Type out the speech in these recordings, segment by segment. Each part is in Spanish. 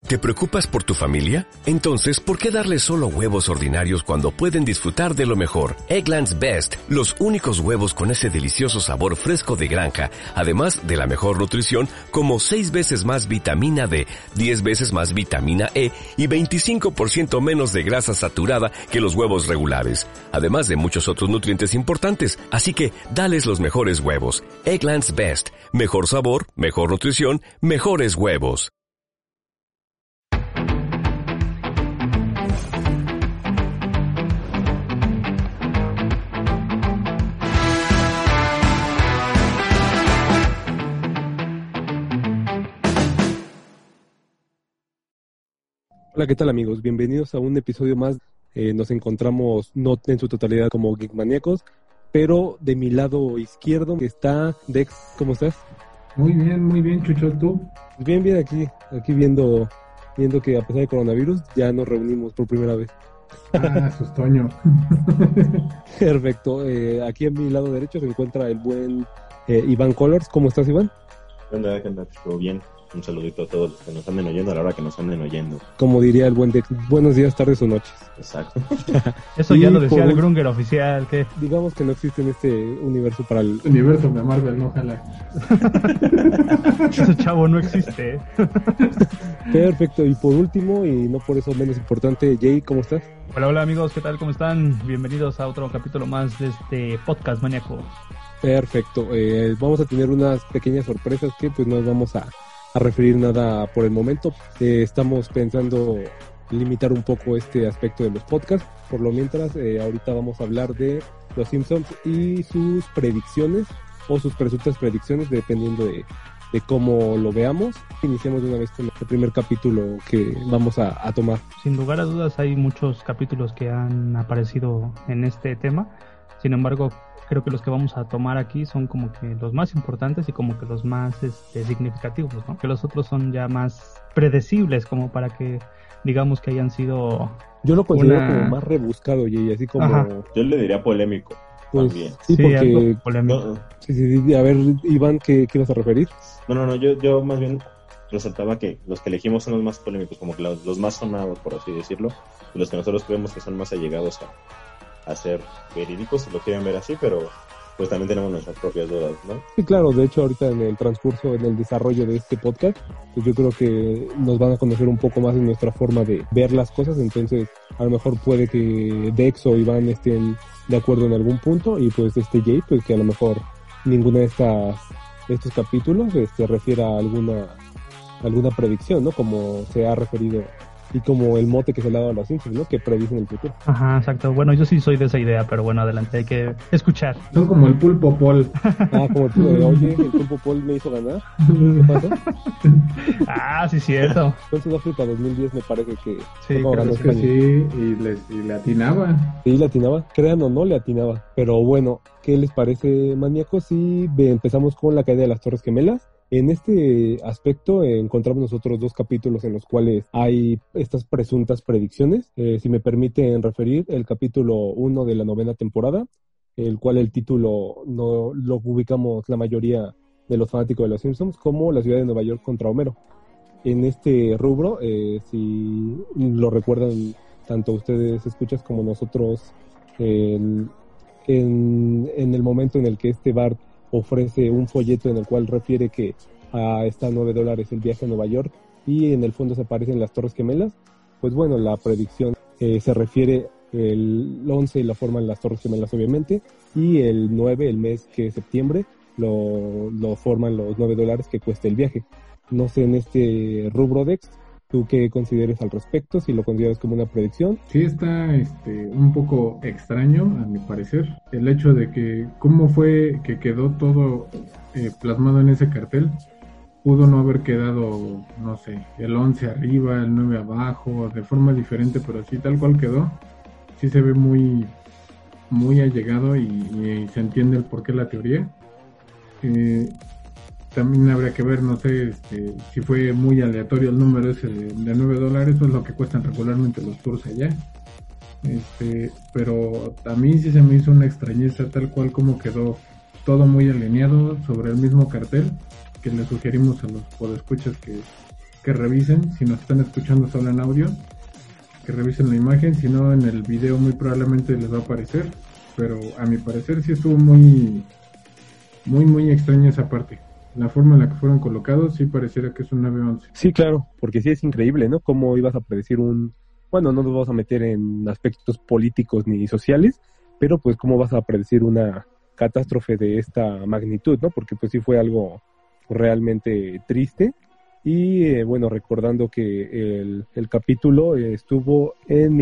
¿Te preocupas por tu familia? Entonces, ¿por qué darles solo huevos ordinarios cuando pueden disfrutar de lo mejor? Eggland's Best, los únicos huevos con ese delicioso sabor fresco de granja, además de la mejor nutrición, como 6 veces más vitamina D, 10 veces más vitamina E y 25% menos de grasa saturada que los huevos regulares, además de muchos otros nutrientes importantes. Así que, dales los mejores huevos. Eggland's Best, mejor sabor, mejor nutrición, mejores huevos. Hola, ¿qué tal amigos? Bienvenidos a un episodio más. Nos encontramos no en su totalidad como Geek Maníacos, pero de mi lado izquierdo está Dex. ¿Cómo estás? Muy bien, Chucho, ¿tú? Bien, aquí viendo que a pesar de coronavirus ya nos reunimos por primera vez. Sustoño. Perfecto. Aquí a mi lado derecho se encuentra el buen Iván Colors. ¿Cómo estás, Iván? ¿Qué onda? ¿Todo bien? Un saludito a todos los que nos anden oyendo a la hora que nos anden oyendo. Como diría el buen Dex, buenos días, tardes o noches. Exacto. Eso ya lo decía el Grunger oficial. ¿Qué? Digamos que no existe en este universo para el universo de Marvel, no, ojalá. Ese chavo no existe. Perfecto. Y por último, y no por eso menos importante, Jay, ¿cómo estás? Hola amigos, ¿qué tal? ¿Cómo están? Bienvenidos a otro capítulo más de este podcast maníaco. Perfecto. Vamos a tener unas pequeñas sorpresas que pues no vamos a referir nada por el momento. Estamos pensando limitar un poco este aspecto de los podcasts. Por lo mientras, ahorita vamos a hablar de los Simpsons y sus predicciones o sus presuntas predicciones, dependiendo de cómo lo veamos. Iniciamos de una vez con el primer capítulo que vamos a tomar. Sin lugar a dudas hay muchos capítulos que han aparecido en este tema. Sin embargo, creo que los que vamos a tomar aquí son como que los más importantes y como que los más significativos, ¿no? Que los otros son ya más predecibles, como para que digamos que hayan sido... Yo lo considero como más rebuscado, y así como... Ajá. Yo le diría polémico. Pues, también. Sí, porque... algo polémico. Sí. A ver, Iván, ¿qué ibas a referir? No, yo más bien resaltaba que los que elegimos son los más polémicos, como que los más sonados, por así decirlo, y los que nosotros creemos que son más allegados a ser verídicos, si lo quieren ver así, pero pues también tenemos nuestras propias dudas, ¿no? Sí, claro, de hecho ahorita en el transcurso, en el desarrollo de este podcast, pues yo creo que nos van a conocer un poco más de nuestra forma de ver las cosas, entonces a lo mejor puede que Dex o Iván estén de acuerdo en algún punto, y pues Jay, pues que a lo mejor ninguna de estos capítulos refiere a alguna predicción, ¿no? Como se ha referido y como el mote que se le ha dado a los Simpsons, ¿no? Que predicen el futuro. Ajá, exacto. Bueno, yo sí soy de esa idea, pero bueno, adelante, hay que escuchar. Son como el pulpo Paul. Como el pulpo, oye, el pulpo Paul me hizo ganar. ¿Qué pasó? Sí, cierto. Fue en Sudáfrica 2010, me parece que... Sí, ganó que sí, y le atinaba. Sí, le atinaba. Crean o no, le atinaba. Pero bueno, ¿qué les parece, maníacos? Si empezamos con la caída de las Torres Gemelas. En este aspecto encontramos nosotros 2 capítulos en los cuales hay estas presuntas predicciones. Si me permiten referir, el capítulo 1 de la 9ª temporada, el cual el título no lo ubicamos la mayoría de los fanáticos de los Simpsons como La ciudad de Nueva York contra Homero. En este rubro, si lo recuerdan tanto ustedes escuchas como nosotros, en el momento en el que Bart ofrece un folleto en el cual refiere que está a $9 el viaje a Nueva York, y en el fondo se aparecen las Torres Gemelas. Pues bueno, la predicción se refiere el 11 la forman las Torres Gemelas, obviamente, y el 9, el mes que es septiembre, lo forman los $9 que cuesta el viaje. No sé, en este rubro, Dex, ¿tú qué consideres al respecto? Si lo consideras como una predicción. Sí, está un poco extraño, a mi parecer, el hecho de que cómo fue que quedó todo plasmado en ese cartel. Pudo no haber quedado, no sé, el 11 arriba, el 9 abajo, de forma diferente, pero así tal cual quedó. Sí se ve muy, muy allegado y se entiende el porqué la teoría. También habría que ver, no sé, si fue muy aleatorio el número ese de $9, eso es lo que cuestan regularmente los tours allá. Pero a mí sí se me hizo una extrañeza tal cual como quedó todo muy alineado sobre el mismo cartel, que le sugerimos a los podescuchas que revisen, si nos están escuchando solo en audio, que revisen la imagen, si no en el video muy probablemente les va a aparecer, pero a mi parecer sí estuvo muy extraña esa parte. La forma en la que fueron colocados sí pareciera que es un 9-11. Sí, claro, porque sí es increíble, ¿no? Cómo ibas a predecir bueno, no nos vamos a meter en aspectos políticos ni sociales, pero pues cómo vas a predecir una catástrofe de esta magnitud, ¿no? Porque pues sí fue algo realmente triste. Y bueno, recordando que el capítulo estuvo en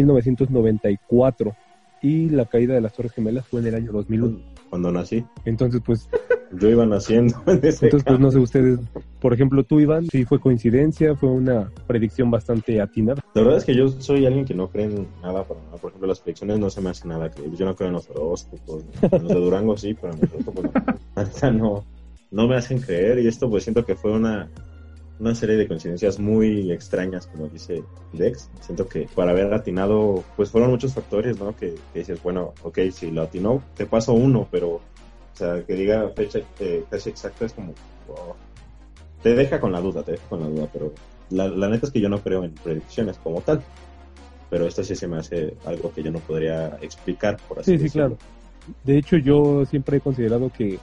1994 y la caída de las Torres Gemelas fue en el año 2001. Cuando nací. Entonces, pues... Yo iba naciendo en ese Entonces, pues no sé ustedes, por ejemplo, tú, Iván, ¿sí fue coincidencia? ¿Fue una predicción bastante atinada? La verdad es que yo soy alguien que no cree en nada para nada. Por ejemplo, las predicciones no se me hacen nada creíbles. Yo no creo en los horóscopos. En los de Durango sí, pero en los horóscopos no me hacen creer. Y esto pues siento que fue una serie de coincidencias muy extrañas, como dice Dex. Siento que para haber atinado, pues fueron muchos factores, ¿no? Que dices, bueno, ok, si lo atinó, te paso uno, pero, o sea, que diga fecha exacta es como, oh, te deja con la duda, pero la neta es que yo no creo en predicciones como tal. Pero esto sí se me hace algo que yo no podría explicar, por así decirlo. Sí, claro. De hecho, yo siempre he considerado que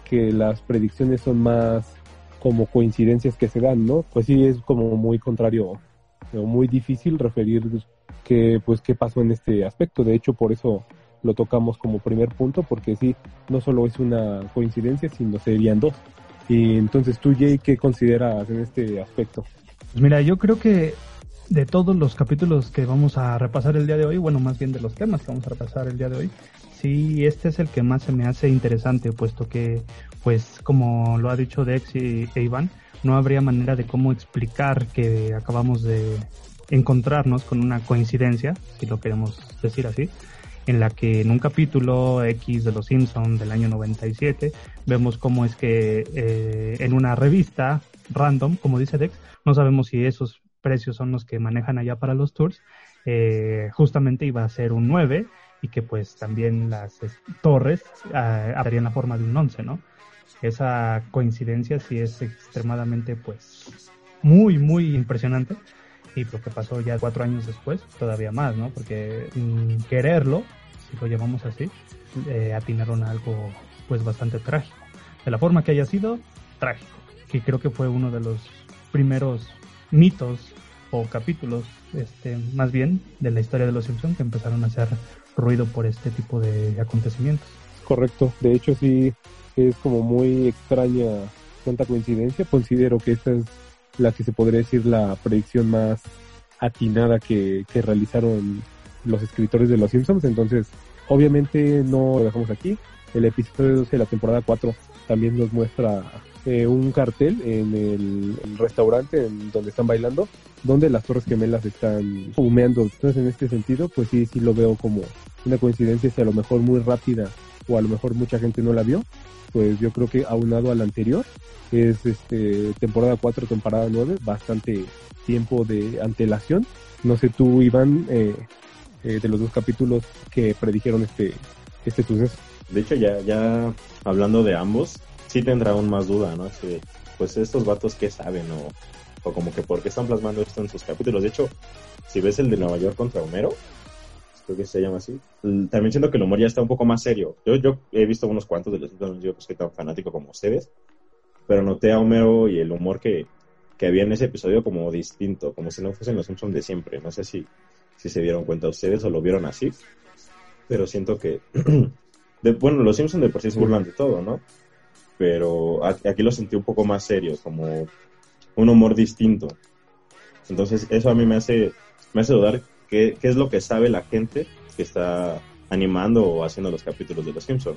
las predicciones son más como coincidencias que se dan, ¿no? Pues sí, es como muy contrario, o muy difícil referir qué pasó en este aspecto. De hecho, por eso lo tocamos como primer punto, porque sí, no solo es una coincidencia, sino serían dos. Y entonces tú, Jay, ¿qué consideras en este aspecto? Pues mira, yo creo que de todos los capítulos que vamos a repasar el día de hoy, bueno, más bien de los temas que vamos a repasar el día de hoy, sí, este es el que más se me hace interesante, puesto que, pues, como lo ha dicho Dex e Iván, no habría manera de cómo explicar que acabamos de encontrarnos con una coincidencia, si lo queremos decir así, en la que en un capítulo X de Los Simpsons del año 97 vemos cómo es que en una revista random, como dice Dex, no sabemos si esos precios son los que manejan allá para los tours, justamente iba a ser un 9 y que pues también las torres darían la forma de un 11, ¿no? Esa coincidencia sí es extremadamente pues muy impresionante, y lo que pasó ya 4 años después todavía más, ¿no? Porque quererlo, si lo llamamos así, atinaron a algo pues bastante trágico, de la forma que haya sido, trágico, que creo que fue uno de los primeros mitos o capítulos, más bien, de la historia de los Simpsons que empezaron a hacer ruido por este tipo de acontecimientos. Correcto, de hecho sí es como muy extraña tanta coincidencia. Considero que esta es la que se podría decir la predicción más atinada que realizaron los escritores de los Simpsons. Entonces obviamente no lo dejamos aquí. El episodio 12 de la temporada 4 también nos muestra un cartel en el restaurante en donde están bailando, donde las Torres Gemelas están humeando. Entonces en este sentido pues sí lo veo como una coincidencia, si a lo mejor muy rápida o a lo mejor mucha gente no la vio. Pues yo creo que aunado al anterior es temporada 4, temporada 9, bastante tiempo de antelación. No sé tú, Iván, de los dos capítulos que predijeron este suceso. De hecho ya hablando de ambos, sí tendrá aún más duda, ¿no? Pues estos vatos qué saben o como que por qué están plasmando esto en sus capítulos. De hecho, si ves el de Nueva York contra Homero, creo que se llama así, también siento que el humor ya está un poco más serio. Yo he visto unos cuantos de los Simpsons, no digo pues que tan fanático como ustedes, pero noté a Homero y el humor que había en ese episodio como distinto, como si no fuesen los Simpsons de siempre. No sé si se dieron cuenta ustedes o lo vieron así, pero siento que bueno, los Simpsons de por sí se burlan de todo, ¿no? Pero aquí lo sentí un poco más serio, como un humor distinto. Entonces eso a mí me hace dudar qué es lo que sabe la gente que está animando o haciendo los capítulos de Los Simpsons.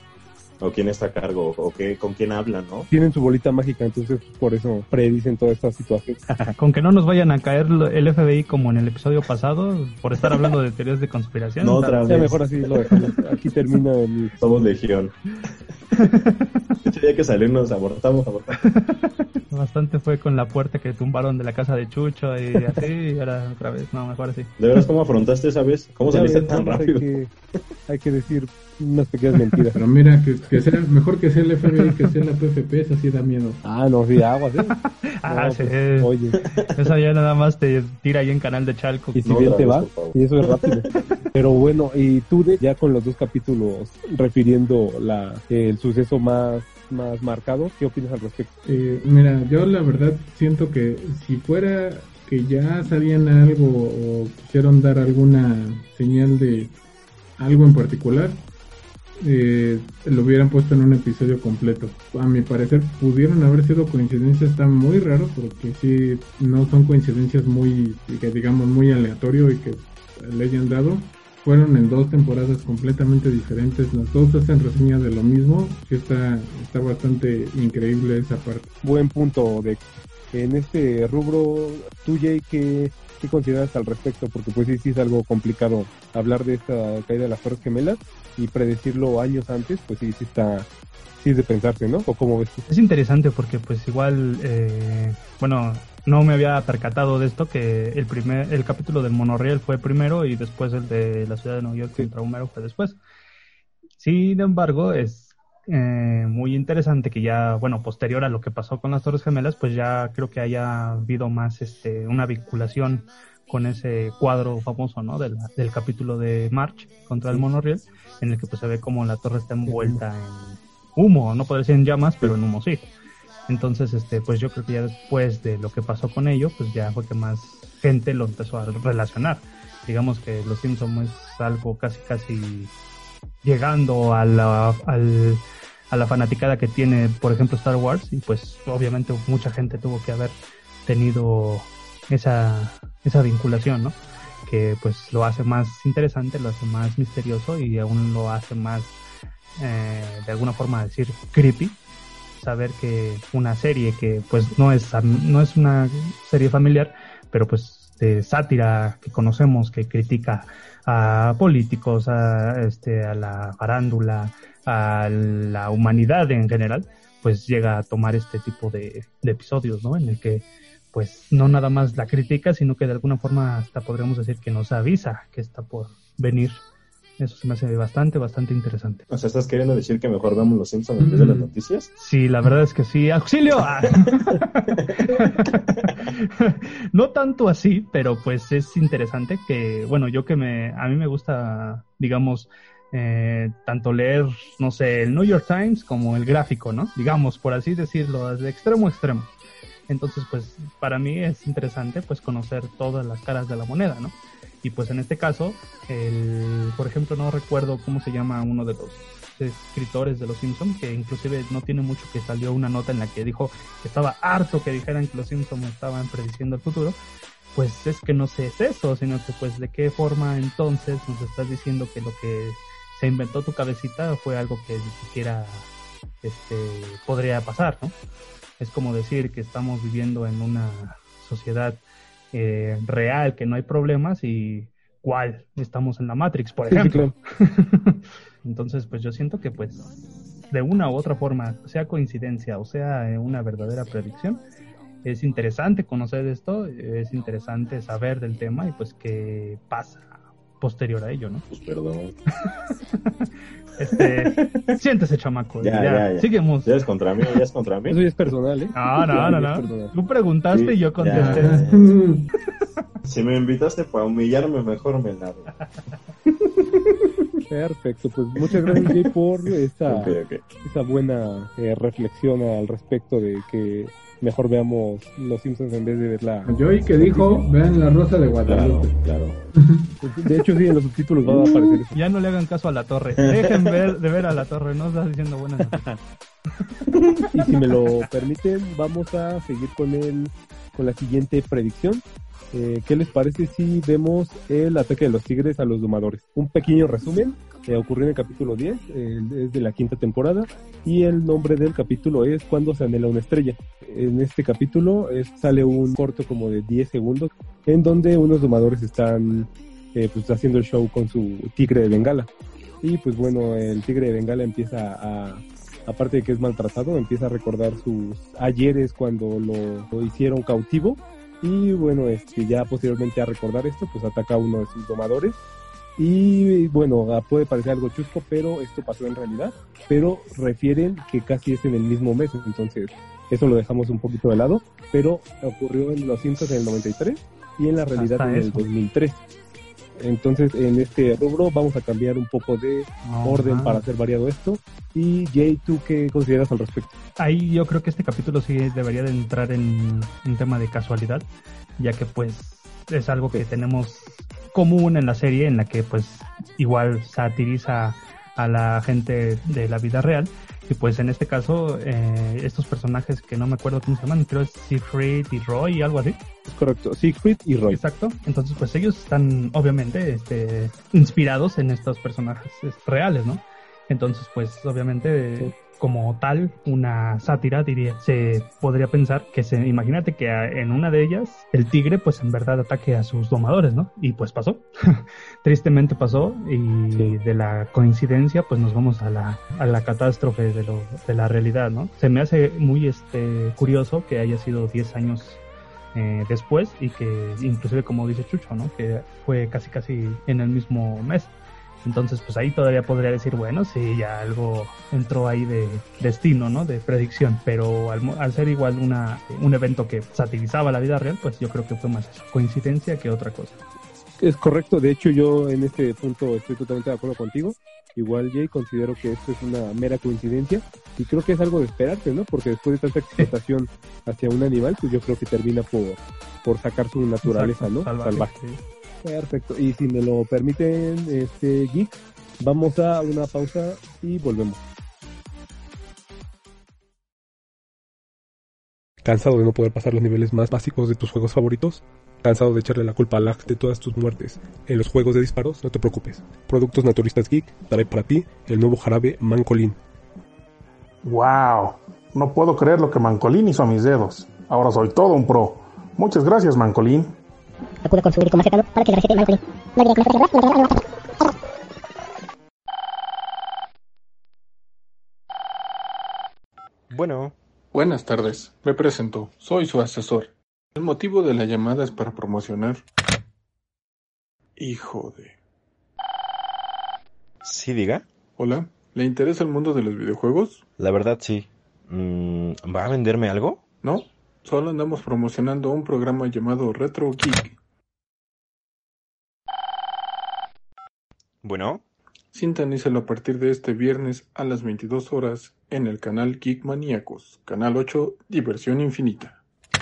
O quién está a cargo, o con quién hablan, ¿no? Tienen su bolita mágica, entonces por eso predicen toda esta situación. Con que no nos vayan a caer el FBI como en el episodio pasado, por estar hablando de teorías de conspiración. No, otra vez. Ya mejor así lo dejamos. Aquí termina el... Somos legión. Ese día que salimos abortamos. Bastante fue con la puerta que tumbaron de la casa de Chucho y así, y ahora otra vez, no, mejor así. ¿De veras cómo afrontaste esa vez? ¿Cómo saliste tan rápido? Hay que decir unas pequeñas mentiras. Pero mira, que sea, mejor que sea el FBI que sea la PFP, eso sí da miedo. Ah, no, sí, aguas, ¿eh? Ah, No, sí. pues, oye, Esa ya nada más te tira ahí en Canal de Chalco. y si No, bien otra te vez, va, por favor. y eso es rápido. Pero bueno, y tú ya con los 2 capítulos refiriendo el suceso más marcado, ¿qué opinas al respecto? Mira, yo la verdad siento que si fuera que ya sabían algo o quisieron dar alguna señal de algo en particular, lo hubieran puesto en un episodio completo. A mi parecer pudieron haber sido coincidencias, está muy raro porque sí, no son coincidencias muy, que digamos, muy aleatorio y que le hayan dado. Fueron en 2 temporadas completamente diferentes, las 2 hacen reseña de lo mismo, sí está bastante increíble esa parte. Buen punto, Dex. En este rubro, tú, Jay, ¿qué consideras al respecto? Porque pues sí es algo complicado hablar de esta caída de las Torres Gemelas y predecirlo años antes, pues sí es de pensarse, ¿no? ¿O cómo ves tú? Es interesante porque pues igual, bueno, no me había percatado de esto, que el capítulo del monorriel fue primero y después el de la ciudad de Nueva York contra Homero fue después. Sin embargo, es muy interesante que ya, bueno, posterior a lo que pasó con las Torres Gemelas, pues ya creo que haya habido más una vinculación con ese cuadro famoso, ¿no? Del capítulo de March contra el monorriel, en el que pues se ve como la torre está envuelta en humo, no podría ser en llamas, pero en humo sí. Entonces, pues yo creo que ya después de lo que pasó con ello, pues ya fue que más gente lo empezó a relacionar. Digamos que Los Simpsons es algo casi llegando a la fanaticada que tiene, por ejemplo, Star Wars, y pues obviamente mucha gente tuvo que haber tenido esa vinculación, ¿no? Que pues lo hace más interesante, lo hace más misterioso y aún lo hace más, de alguna forma decir, creepy. Saber que una serie que pues no es una serie familiar, pero pues de sátira que conocemos, que critica a políticos, a la farándula, a la humanidad en general, pues llega a tomar este tipo de episodios, ¿no? En el que pues no nada más la critica, sino que de alguna forma hasta podríamos decir que nos avisa que está por venir. Eso se me hace bastante interesante. O sea, ¿estás queriendo decir que mejor veamos Los Simpsons en vez de las noticias? Sí, la verdad es que sí. ¡Auxilio! No tanto así, pero pues es interesante que, bueno, a mí me gusta, digamos, tanto leer, no sé, el New York Times como el gráfico, ¿no? Digamos, por así decirlo, de extremo a extremo. Entonces, pues, para mí es interesante, pues, conocer todas las caras de la moneda, ¿no? Y pues en este caso, por ejemplo, no recuerdo cómo se llama uno de los escritores de Los Simpsons, que inclusive no tiene mucho que salió una nota en la que dijo que estaba harto que dijeran que Los Simpsons estaban prediciendo el futuro. Pues es que no sé es eso, sino que pues de qué forma entonces nos estás diciendo que lo que se inventó tu cabecita fue algo que ni siquiera podría pasar, ¿no? Es como decir que estamos viviendo en una sociedad real, que no hay problemas, y ¿cuál? Estamos en la Matrix, por ejemplo. Sí, claro. Entonces, pues yo siento que pues de una u otra forma, sea coincidencia o sea una verdadera predicción, es interesante conocer esto, es interesante saber del tema y pues qué pasa posterior a ello, ¿no? Pues perdón. Siéntese, chamaco. Ya. Seguimos. Ya es contra mí. Eso ya es personal, ¿eh? No. Tú preguntaste y yo contesté. Ya. Si me invitaste para humillarme, mejor me largo. Perfecto, pues muchas gracias, Jay, por esta buena reflexión al respecto de que mejor veamos Los Simpsons en vez de ver la... Joey que dijo, vean La Rosa de Guadalupe. Claro. De hecho, sí, en los subtítulos va a aparecer eso. Ya no le hagan caso a La Torre. Dejen de ver a La Torre, no estás diciendo buenas noticias. Y si me lo permiten, vamos a seguir con la siguiente predicción. ¿Qué les parece si vemos el ataque de los tigres a los domadores? Un pequeño resumen. Ocurrió en el capítulo 10, es de la 5ª temporada, y el nombre del capítulo es Cuando se anhela una estrella. En este capítulo sale un corto como de 10 segundos, en donde unos domadores están pues haciendo el show con su tigre de Bengala. Y pues bueno, el tigre de Bengala empieza aparte de que es maltratado, empieza a recordar sus ayeres cuando lo hicieron cautivo. Y bueno, ya posteriormente a recordar esto, pues ataca a uno de sus domadores. Y bueno, puede parecer algo chusco, pero esto pasó en realidad. Pero refieren que casi es en el mismo mes, entonces eso lo dejamos un poquito de lado. Pero ocurrió en Los Simpsons en el 93 y en la realidad en el 2003. Entonces en este rubro vamos a cambiar un poco de orden para hacer variado esto. Y Jay, ¿tú qué consideras al respecto? Ahí yo creo que este capítulo sí debería de entrar en un tema de casualidad, ya que pues es algo que tenemos común en la serie, en la que pues igual satiriza a la gente de la vida real. Y pues en este caso, estos personajes que no me acuerdo cómo se llaman, creo es Siegfried y Roy, algo así. Es correcto, Siegfried y Roy. Exacto. Entonces pues ellos están obviamente inspirados en estos personajes reales, ¿no? Entonces pues obviamente como tal una sátira se podría pensar que imagínate que en una de ellas el tigre pues en verdad ataque a sus domadores, ¿no? Y pues pasó. Tristemente pasó y de la coincidencia pues nos vamos a la catástrofe de la realidad, ¿no? Se me hace muy curioso que haya sido 10 años después y que inclusive como dice Chucho, ¿no? Que fue casi en el mismo mes. Entonces, pues ahí todavía podría decir, bueno, sí, ya algo entró ahí de destino, ¿no? De predicción, pero al ser igual un evento que satirizaba la vida real, pues yo creo que fue más coincidencia que otra cosa. Es correcto, de hecho yo en este punto estoy totalmente de acuerdo contigo. Igual, Jay, considero que esto es una mera coincidencia y creo que es algo de esperarse, ¿no? Porque después de tanta explotación hacia un animal, pues yo creo que termina por sacar su naturaleza, ¿no? Salvaje. Sí. Perfecto, y si me lo permiten, Geek, vamos a una pausa y volvemos. ¿Cansado de no poder pasar los niveles más básicos de tus juegos favoritos? ¿Cansado de echarle la culpa al lag de todas tus muertes en los juegos de disparos? No te preocupes. Productos Naturistas Geek trae para ti el nuevo jarabe Mancolín. ¡Wow! No puedo creer lo que Mancolín hizo a mis dedos. Ahora soy todo un pro. Muchas gracias, Mancolín. Acude con su médico más cercano para que le recete Mancolín. No olvide con Bueno. Buenas tardes. Me presento. Soy su asesor. El motivo de la llamada es para promocionar... Hijo de... Sí, diga. Hola. ¿Le interesa el mundo de los videojuegos? La verdad, sí. ¿Va a venderme algo? No. Solo andamos promocionando un programa llamado Retro Geek. Bueno. Sintonícelo a partir de este viernes a las 22 horas en el canal Geek Maníacos, Canal 8, Diversión Infinita.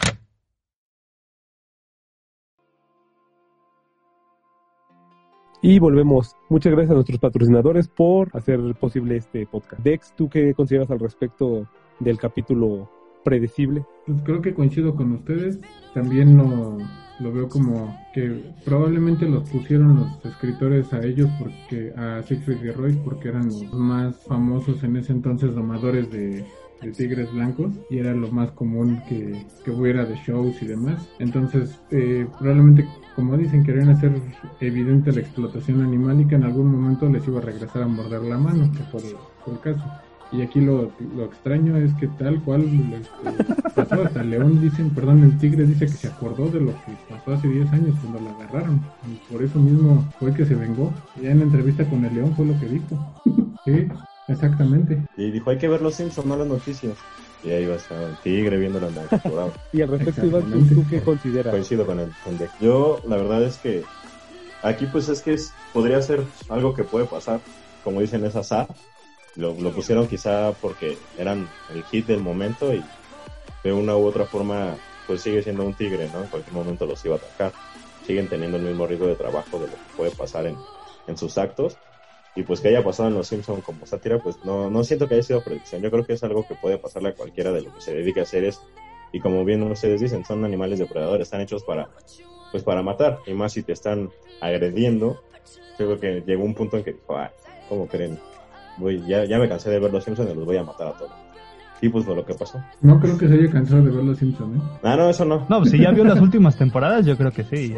Y volvemos. Muchas gracias a nuestros patrocinadores por hacer posible este podcast. Dex, ¿tú qué consideras al respecto del capítulo predecible? Pues creo que coincido con ustedes. También lo veo como que probablemente los pusieron los escritores a ellos, porque a Siegfried y Roy, porque eran los más famosos en ese entonces domadores de tigres blancos, y era lo más común que hubiera de shows y demás. Entonces probablemente, como dicen, querían hacer evidente la explotación animal y que en algún momento les iba a regresar a morder la mano, que fue el caso. Y aquí lo extraño es que tal cual pasó, hasta el tigre dice que se acordó de lo que pasó hace 10 años cuando la agarraron, y por eso mismo fue que se vengó. Ya en la entrevista con el león fue lo que dijo. Sí, exactamente. Y dijo, hay que ver los Simpsons, no las noticias. Y ahí va a estar el tigre viendo la capturado. Y al respecto, Iván, ¿tú qué consideras? Coincido con el Deck. Yo, la verdad es que aquí pues es que podría ser algo que puede pasar, como dicen, es azar. Lo pusieron quizá porque eran el hit del momento y de una u otra forma pues sigue siendo un tigre, ¿no? En cualquier momento los iba a atacar. Siguen teniendo el mismo ritmo de trabajo de lo que puede pasar en sus actos. Y pues que haya pasado en Los Simpsons como sátira, pues no siento que haya sido predicción. Yo creo que es algo que puede pasarle a cualquiera de lo que se dedique a hacer esto. Y como bien ustedes dicen, son animales depredadores, están hechos para matar. Y más si te están agrediendo. Creo que llegó un punto en que dijo, ¿cómo creen? Ya me cansé de ver Los Simpsons y los voy a matar a todos. Y pues fue lo que pasó. No creo que se haya cansado de ver Los Simpsons, ¿eh? No, eso no. No, pues si ya vio las últimas temporadas, yo creo que sí, ya.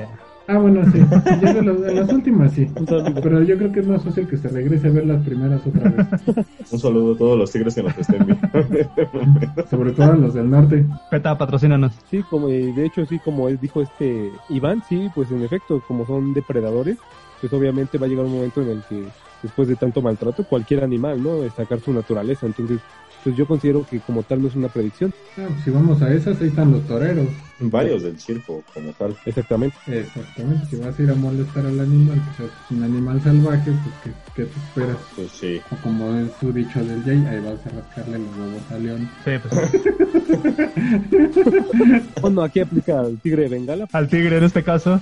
Bueno, sí. Ya de las últimas sí. Pero yo creo que es más fácil que se regrese a ver las primeras otra vez. Un saludo a todos los tigres que nos estén viendo. Sobre todo a los del norte. PETA, patrocínanos. Sí, como de hecho sí, como él dijo Iván, sí, pues en efecto, como son depredadores, pues obviamente va a llegar un momento en el que después de tanto maltrato, cualquier animal, ¿no? Es sacar su naturaleza. Entonces, pues yo considero que como tal no es una predicción. Si vamos a esas, ahí están los toreros. Varios del circo, como tal. Exactamente. Si vas a ir a molestar al animal, que es un animal salvaje, pues ¿qué te esperas? Pues sí. O como es su dicho del Jay, ahí vas a rascarle los huevos al león. Sí, pues. Bueno, aquí aplica al tigre de Bengala. Al tigre en este caso.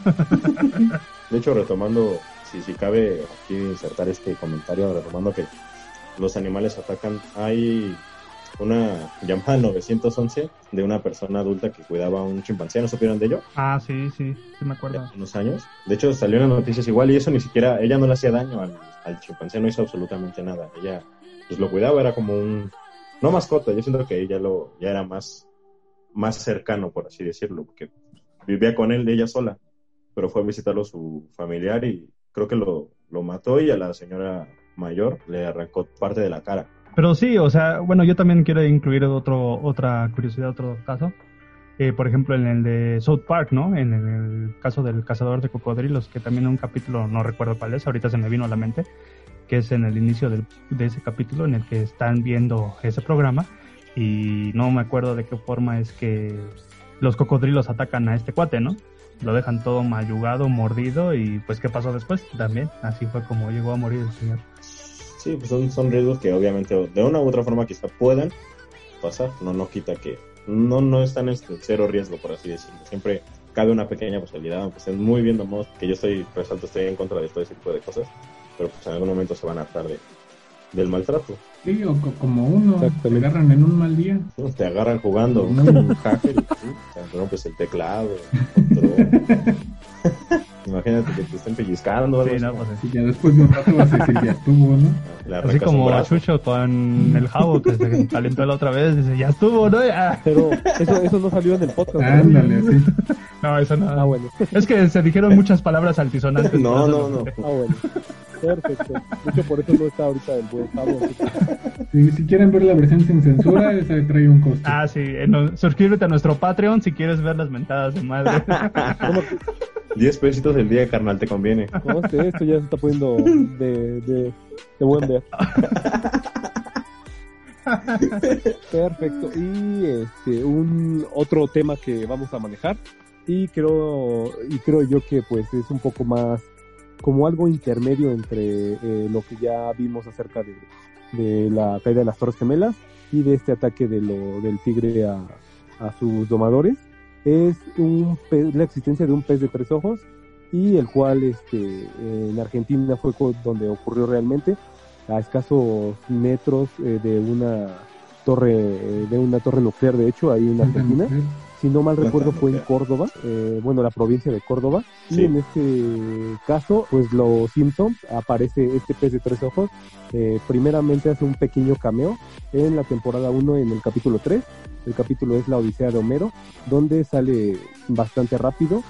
De hecho, retomando, si cabe aquí insertar este comentario, retomando que los animales atacan, hay una llamada 911 de una persona adulta que cuidaba a un chimpancé. ¿No supieron de ello? Sí me acuerdo. Hace unos años. De hecho, salió en las noticias igual y eso ni siquiera, ella no le hacía daño al chimpancé, no hizo absolutamente nada. Ella pues lo cuidaba, era como no mascota, yo siento que ella ya era más cercano, por así decirlo, porque vivía con él, ella sola, pero fue a visitarlo su familiar y creo que lo mató y a la señora mayor le arrancó parte de la cara. Pero sí, o sea, bueno, yo también quiero incluir otra curiosidad, otro caso. Por ejemplo, en el de South Park, ¿no? En el caso del cazador de cocodrilos, que también en un capítulo, no recuerdo cuál es, ahorita se me vino a la mente, que es en el inicio de ese capítulo en el que están viendo ese programa y no me acuerdo de qué forma es que los cocodrilos atacan a este cuate, ¿no? Lo dejan todo mayugado, mordido y pues ¿qué pasó después? También, así fue como llegó a morir el señor. Sí, pues son riesgos que obviamente de una u otra forma quizá puedan pasar, no quita que no están cero riesgo, por así decirlo. Siempre cabe una pequeña posibilidad, aunque estén muy bien domados, que yo estoy en contra de todo ese tipo de cosas, pero pues en algún momento se van a hartar del maltrato. Sí, o como uno, te agarran en un mal día. Te agarran jugando un hacker y te rompes el teclado, el control. Imagínate que te estén pellizcando. Sí, no, pues sí, ya después de un rato vas a decir ya estuvo, ¿no? Así como Chucho con el jabo que se calentó la otra vez, dice ya estuvo, ¿no? Ya. Pero eso no salió en el podcast. Ándale, así. No, eso no. Ah, bueno. Es que se dijeron muchas palabras altisonantes. No. Ah, bueno. Perfecto. De hecho, por eso no está ahorita el buen Pablo. Si quieren ver la versión sin censura, esa trae un costo. Ah, sí. Suscríbete a nuestro Patreon si quieres ver las mentadas de madre. 10 pesitos el día, carnal, te conviene. No sé, esto ya se está poniendo de buen ver. Perfecto. Y un otro tema que vamos a manejar y creo yo que pues es un poco más como algo intermedio entre lo que ya vimos acerca de la caída de las Torres Gemelas y de este ataque del tigre a sus domadores. Es la existencia de un pez de 3 ojos y el cual en Argentina fue donde ocurrió realmente, a escasos metros de una torre nuclear, de hecho, ahí en Argentina. Si no mal recuerdo fue en Córdoba, la provincia de Córdoba. Sí. Y en este caso, pues los Simpsons, aparece este pez de 3 ojos. Primeramente hace un pequeño cameo en la temporada 1 en el capítulo 3. El capítulo es La Odisea de Homero, donde sale bastante rápido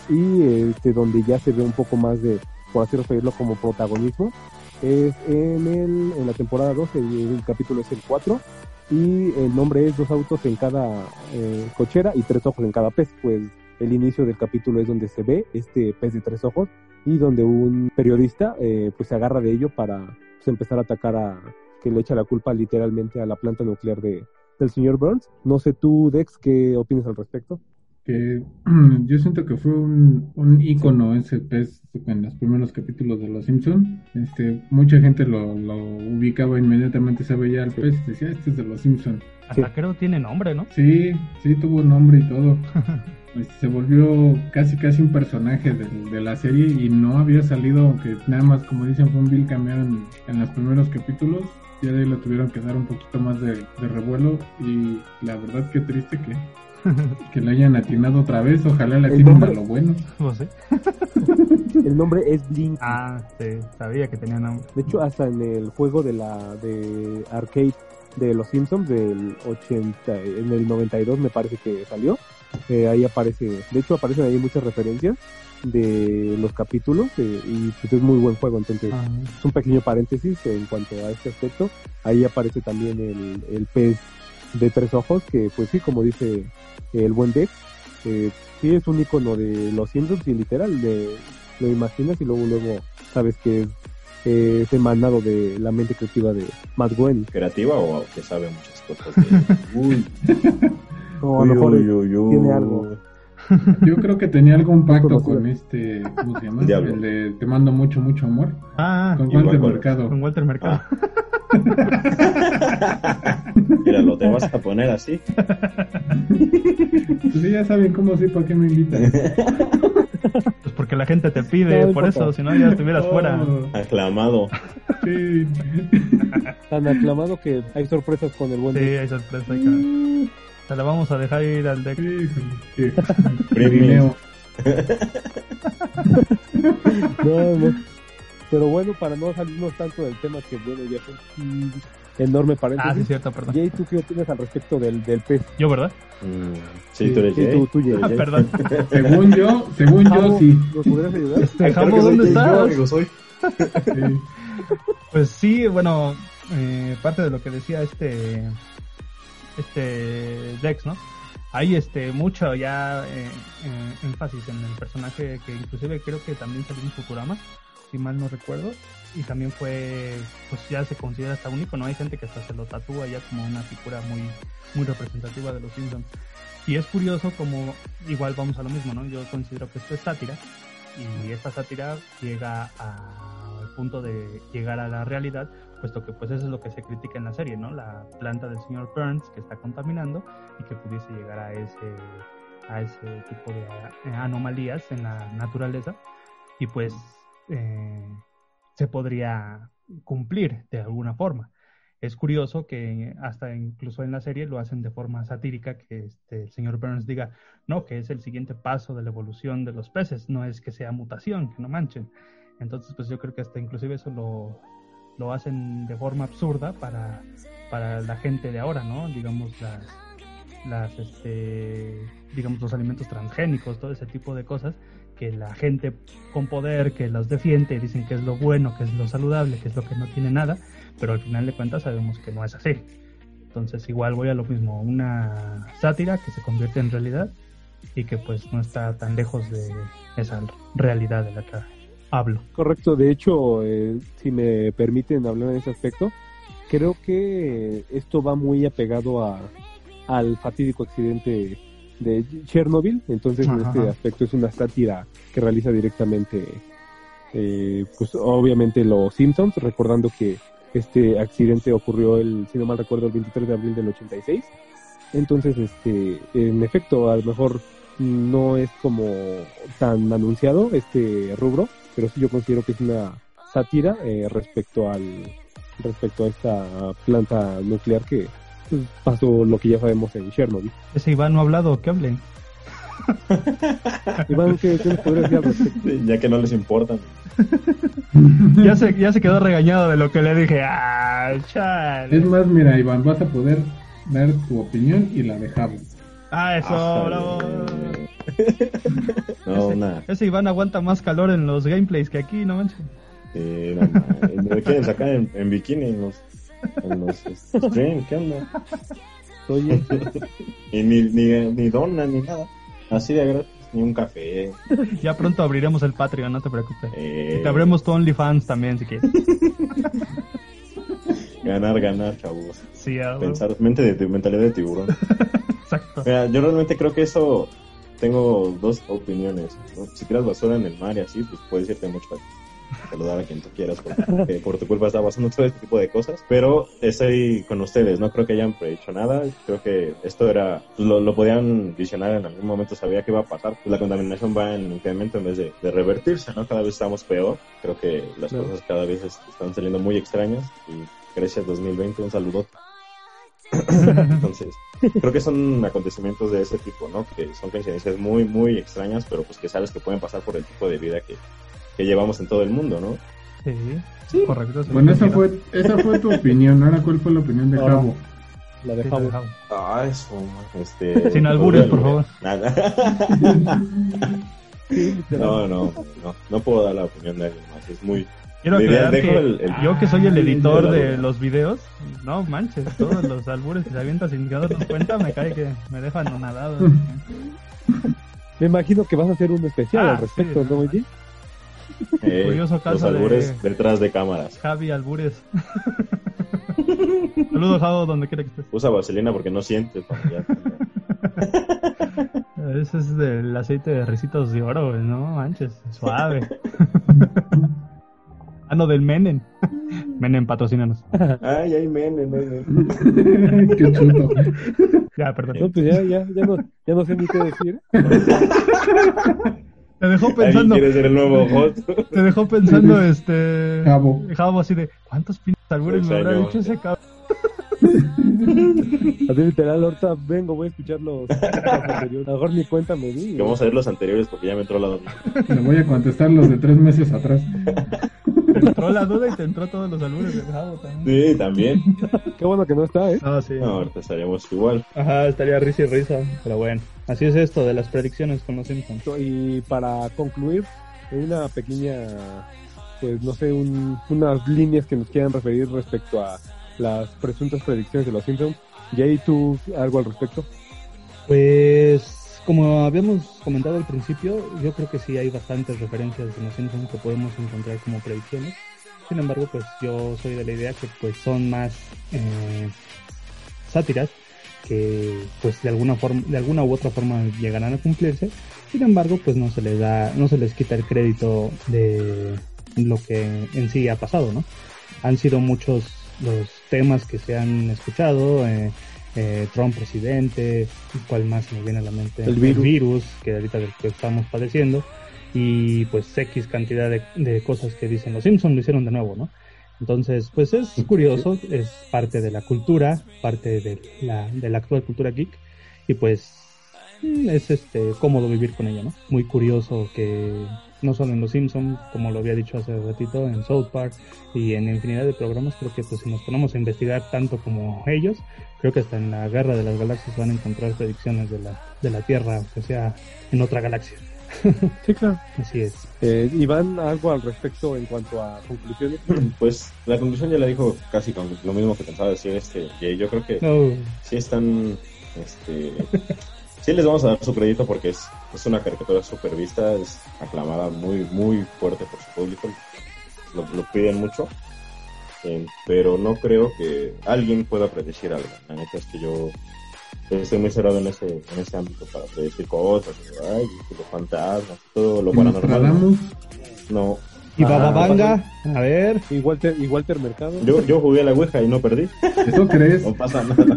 y donde ya se ve un poco más de, por así referirlo, como protagonismo. Es en la temporada 2, el capítulo es el 4. Y el nombre es 2 autos en cada cochera y 3 ojos en cada pez. Pues el inicio del capítulo es donde se ve este pez de 3 ojos y donde un periodista pues se agarra de ello para pues, empezar a atacar que le echa la culpa literalmente a la planta nuclear del señor Burns. No sé tú, Dex, ¿qué opinas al respecto? Que yo siento que fue un ícono ese pez en los primeros capítulos de Los Simpson. Mucha gente lo ubicaba inmediatamente, se veía al pez y decía, este es de Los Simpson. Hasta creo tiene nombre, ¿no? Sí, tuvo nombre y todo. Se volvió casi un personaje de la serie y no había salido, aunque nada más, como dicen, fue un vil cameo en los primeros capítulos. Ya de ahí lo tuvieron que dar un poquito más de revuelo y la verdad que triste que le hayan atinado otra vez. Ojalá le atinen a lo bueno. ¿Vos sí? El nombre es Blinky. Ah, sí, sabía que tenía nombre. De hecho, hasta en el juego de arcade de Los Simpsons del 80, en el 92 me parece que salió. Ahí aparece, de hecho aparecen ahí muchas referencias de los capítulos y pues es muy buen juego. Entonces es un pequeño paréntesis en cuanto a este aspecto. Ahí aparece también el pez de 3 ojos, que pues sí, como dice el buen Dex, sí es un icono de los Simpsons y literal lo imaginas y luego sabes que es emanado de la mente creativa de Matt Groening. ¿Creativa o que sabe muchas cosas? No, a lo mejor tiene algo. Yo creo que tenía algún pacto con ¿cómo se llama? Diablo. El de Te mando mucho, mucho amor. Con igual Walter con- Mercado. Con Walter Mercado. Míralo, te vas a poner así. Pues sí, ya saben cómo soy, ¿para qué me invitan? Pues porque la gente te pide, No por importa. eso, si no ya estuvieras fuera. Aclamado. Sí. Tan aclamado que hay sorpresas con el buen Sí, Dex. hay sorpresa. Hay que... Se la vamos a dejar ir al deck. Sí, sí. Primero. No. Pero bueno, para no salirnos tanto del tema, que bueno, ya fue un enorme paréntesis. Ah, sí, cierto, perdón. Jay, ¿tú qué opinas al respecto del pez? Yo, ¿verdad? Sí, tú eres Sí, Jay. tú, Jay. Ah, perdón. Según yo, Javo, sí. ¿nos podrías ayudar? Javo, ¿dónde estás? Soy. Sí. Pues sí, bueno, parte de lo que decía este Dex, ¿no? Hay mucho ya énfasis en el personaje, que inclusive creo que también salió en Futurama, si mal no recuerdo, y también fue, pues ya se considera hasta único, ¿no? Hay gente que hasta se lo tatúa ya como una figura muy, muy representativa de los Simpsons. Y es curioso como, igual vamos a lo mismo, ¿no? Yo considero que esto es sátira, y esta sátira llega al punto de llegar a la realidad, puesto que pues eso es lo que se critica en la serie, ¿no? La planta del señor Burns que está contaminando y que pudiese llegar a ese tipo de anomalías en la naturaleza, y pues se podría cumplir de alguna forma. Es curioso que hasta incluso en la serie lo hacen de forma satírica, que el señor Burns diga, no, que es el siguiente paso de la evolución de los peces, no es que sea mutación, que no manchen. Entonces pues yo creo que hasta inclusive eso lo hacen de forma absurda para la gente de ahora, ¿no? Digamos digamos los alimentos transgénicos, todo ese tipo de cosas, que la gente con poder que los defiende, dicen que es lo bueno, que es lo saludable, que es lo que no tiene nada, pero al final de cuentas sabemos que no es así. Entonces igual voy a lo mismo, una sátira que se convierte en realidad y que pues no está tan lejos de esa realidad de la que hablo. Correcto, de hecho, si me permiten hablar en ese aspecto, creo que esto va muy apegado al fatídico accidente de Chernobyl. Entonces en este aspecto es una sátira que realiza directamente pues obviamente los Simpsons, recordando que este accidente ocurrió si no mal recuerdo, el 23 de abril del 86. Entonces en efecto a lo mejor no es como tan anunciado este rubro, pero sí yo considero que es una sátira respecto a esta planta nuclear que pues, pasó lo que ya sabemos en Chernobyl. Ese Iván no ha hablado, que hable. Iván, ¿qué nos podrías decir al respecto? Ya que no les importan. Ya se quedó regañado de lo que le dije. ¡Ah, chale! Es más, mira, Iván, vas a poder dar tu opinión y la dejamos. ¡Ah, eso, bravo! No, ese Iván aguanta más calor en los gameplays que aquí, no manches. Me quieren sacar en bikini en los streams, ¿qué onda? Oye, Y ni dona ni nada, así de gratis, ni un café. Ya pronto abriremos el Patreon, no te preocupes. Y te abrimos tu OnlyFans también, si quieres. Ganar, chavos. Sí, Pensar, mentalidad de tiburón. Exacto. Mira, yo realmente creo que eso, tengo dos opiniones, ¿no? Si tiras basura en el mar y así, pues puedes irte mucho a saludar a quien tú quieras, porque por tu culpa está pasando todo este tipo de cosas. Pero estoy con ustedes, no creo que hayan predicho nada. Creo que esto era, pues lo podían visionar en algún momento, sabía que iba a pasar. Pues la contaminación va en incremento en vez de revertirse, ¿no? Cada vez estamos peor. Creo que las cosas cada vez están saliendo muy extrañas, y gracias 2020, un saludote. Entonces, creo que son acontecimientos de ese tipo, ¿no? Que son coincidencias muy, muy extrañas, pero pues que sabes que pueden pasar por el tipo de vida que llevamos en todo el mundo, ¿no? Sí, correcto. Sí, bueno, esa fue tu opinión. Ahora, ¿cuál fue la opinión de Javo? La de Javo. Ah, eso, Sin albures, por favor. Nada. Sí, literal. No puedo dar la opinión de alguien más. Es muy. Quiero La idea, aclarar dejo que el- yo que soy el editor de duda. los videos, no manches, todos los albures que se avientan sin que darnos cuenta me cae que me dejan anonadado. Me imagino que vas a hacer un especial al respecto, sí, ¿no, Benji? Curioso Los caso albures de- detrás de cámaras. Javi Albures. Saludos, Javo, donde quiera que estés. Usa vaselina porque no sientes. cuando ya- Ese es del aceite de ricitos de oro, güey, no manches, suave. No, del Menen. Menen, patrocínanos. Ay, men. Qué chulo. Ya, perdón. No, pues ya no sé ni qué decir. Te dejó ¿Alguien pensando, quiere ser el nuevo host? te dejó pensando Javo. así de, ¿cuántos pinches albures me habrá Sueño. dicho ese cabrón? Así literal, ahorita voy a escuchar los anteriores. A lo mejor ni cuenta me di. Que vamos a ver los anteriores porque ya me entró la duda. Le voy a contestar los de 3 meses atrás. Te entró la duda y te entró todos los albures de Javo también. Sí, también. Qué bueno que no está, ¿eh? Ah, sí. No, ahorita estaríamos igual. Ajá, estaría risa y risa, pero bueno. Así es esto de las predicciones con los Simpsons. Y para concluir, una pequeña, pues no sé, unas líneas que nos quieran referir respecto a las presuntas predicciones de los Simpsons. Jay, ¿tú algo al respecto? Pues, como habíamos comentado al principio, yo creo que sí hay bastantes referencias en los Simpsons que podemos encontrar como predicciones. Sin embargo, pues yo soy de la idea que pues son más sátiras que pues de alguna u otra forma llegarán a cumplirse. Sin embargo, pues no se les quita el crédito de lo que en sí ha pasado, ¿no? Han sido muchos los temas que se han escuchado, Trump presidente, ¿cuál más me viene a la mente? El virus. Que ahorita del que estamos padeciendo, y pues X cantidad de cosas que dicen los Simpsons lo hicieron de nuevo, ¿no? Entonces, pues es curioso, es parte de la cultura, parte de la actual cultura geek, y pues es cómodo vivir con ella, ¿no? Muy curioso que no solo en Los Simpsons, como lo había dicho hace ratito, en South Park y en infinidad de programas, creo que pues si nos ponemos a investigar tanto como ellos, creo que hasta en la Guerra de las Galaxias van a encontrar predicciones de la Tierra, o sea, en otra galaxia. Sí, claro. Así es. Iván, algo al respecto en cuanto a conclusiones. Pues la conclusión ya la dijo casi con lo mismo que pensaba decir Jay. Yo creo que Oh, sí están, sí les vamos a dar su crédito porque es una caricatura súper vista, es aclamada muy, muy fuerte por su público, lo piden mucho, pero no creo que alguien pueda predecir algo. La neta es que yo estoy muy cerrado en ese ámbito para predecir cosas, los fantasmas, todo lo paranormal. Nostradamus. No. y Bababanga, a ver. Y Walter Mercado. Yo jugué a la Ouija y no perdí. ¿Eso crees? No pasa nada.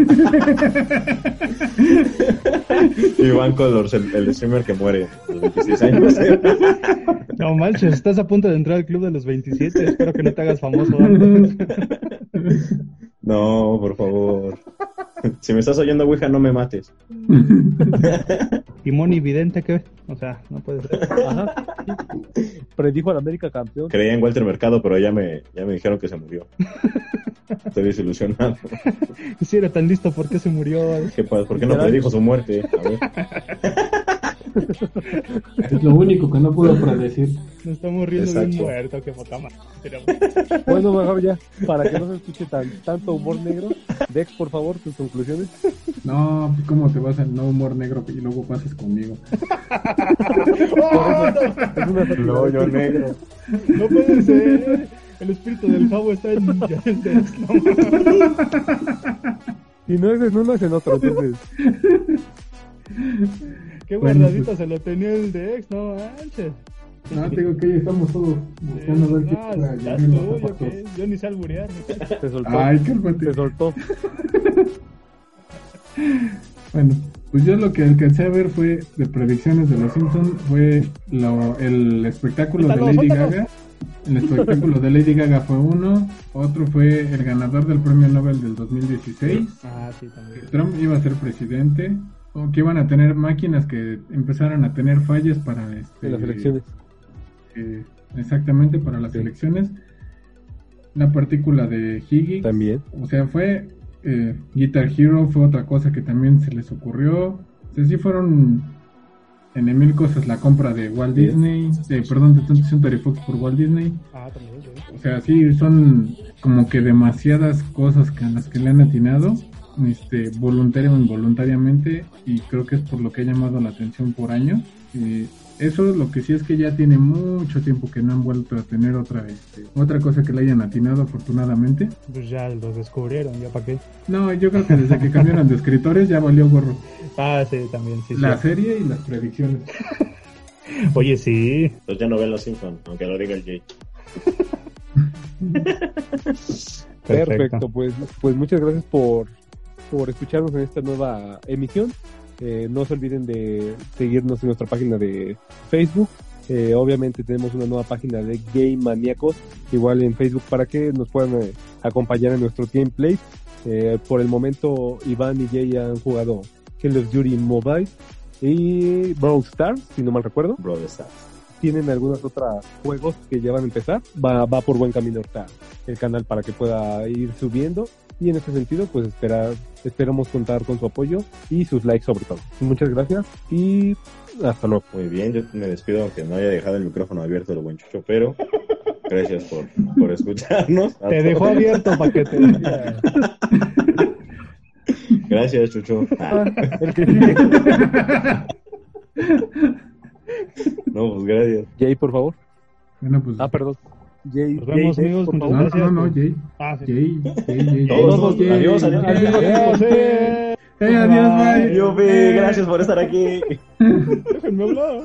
Iván Colors, el streamer que muere a los 26 años. No manches, estás a punto de entrar al club de los 27, espero que no te hagas famoso antes. No, por favor. Si me estás oyendo, Ouija, no me mates. ¿Y Moni Vidente qué? O sea, no puede ser. Ajá. Predijo al América campeón. Creía en Walter Mercado, pero ya me dijeron que se murió. Estoy desilusionado. Si era tan listo, ¿por qué se murió? ¿Por qué no predijo su muerte? A ver. Es lo único que no puedo predecir. Nos estamos riendo de un Exacto. muerto, qué poca madre. Bueno, mejor ya, para que no se escuche tanto humor negro. Dex, por favor, tus conclusiones. No, ¿cómo te vas a no humor negro y luego pases conmigo? Es una sátira. No, yo negro. No puede ser. El espíritu del Javo está en Dex, no mames. Si no es en uno, es en otro. Entonces, Qué guardadito se lo tenía el Dex, no manches. No, te digo que ahí estamos todos buscando a ver qué Ah, para estás llenar los tú, yo zapatos. qué, yo ni sé alburear. se soltó. Ay, cálmate. Se soltó. Bueno, pues yo lo que alcancé a ver fue de predicciones de los Simpsons fue el espectáculo de Lady Gaga. El espectáculo de Lady Gaga fue uno, otro fue el ganador del premio Nobel del 2016, Ah, sí, también. que Trump iba a ser presidente, o que iban a tener máquinas que empezaran a tener fallas para En las elecciones. Exactamente, para las elecciones. La partícula de Higgs. También. O sea, fue Guitar Hero, fue otra cosa que también se les ocurrió. O sea, sí fueron en mil cosas la compra de Walt Disney, de 20th Century Fox por Walt Disney. También, sí. O sea, sí, son como que demasiadas cosas a las que le han atinado, voluntaria o involuntariamente, y creo que es por lo que ha llamado la atención por años. Eso lo que sí es que ya tiene mucho tiempo que no han vuelto a tener otra cosa que le hayan atinado, afortunadamente. Pues ya los descubrieron, ¿ya para qué? No, yo creo que desde que cambiaron de escritores ya valió gorro. Sí, también, sí. La serie y las predicciones. Oye, sí. Pues ya no ven los Simpsons, aunque lo diga el Jay. Perfecto, pues muchas gracias por escucharnos en esta nueva emisión. No se olviden de seguirnos en nuestra página de Facebook. Obviamente tenemos una nueva página de Game Maníacos, igual en Facebook, para que nos puedan acompañar en nuestro gameplay. Por el momento Iván y Jay han jugado Call of Duty Mobile y Brawl Stars, si no mal recuerdo. Brawl Stars. Tienen algunos otros juegos que ya van a empezar. Va por buen camino ahorita el canal para que pueda ir subiendo. Y en ese sentido, pues esperamos contar con su apoyo y sus likes sobre todo. Muchas gracias y hasta luego. Muy bien, yo me despido aunque no haya dejado el micrófono abierto el buen Chucho, pero gracias por escucharnos. Te dejó abierto para que te diga. Gracias, Chucho. El que sigue. No, pues gracias. Jay, por favor. Bueno, pues... Perdón. Jay, Nos vemos, Jay, amigos. por favor. No, Jay. Sí. Jay. Todos, Jay. adiós. Adiós, bye. Yubi, gracias por estar aquí. Déjenme hablar.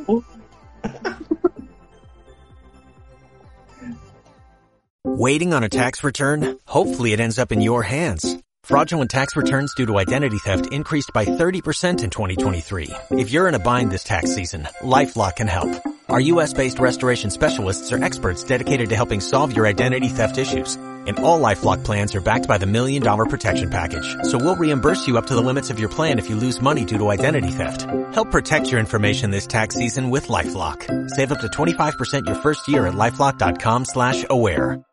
Waiting on a tax return? Hopefully it ends up in your hands. Fraudulent tax returns due to identity theft increased by 30% in 2023. If you're in a bind this tax season, LifeLock can help. Our U.S.-based restoration specialists are experts dedicated to helping solve your identity theft issues. And all LifeLock plans are backed by the $1 Million Protection Package. So we'll reimburse you up to the limits of your plan if you lose money due to identity theft. Help protect your information this tax season with LifeLock. Save up to 25% your first year at LifeLock.com/aware.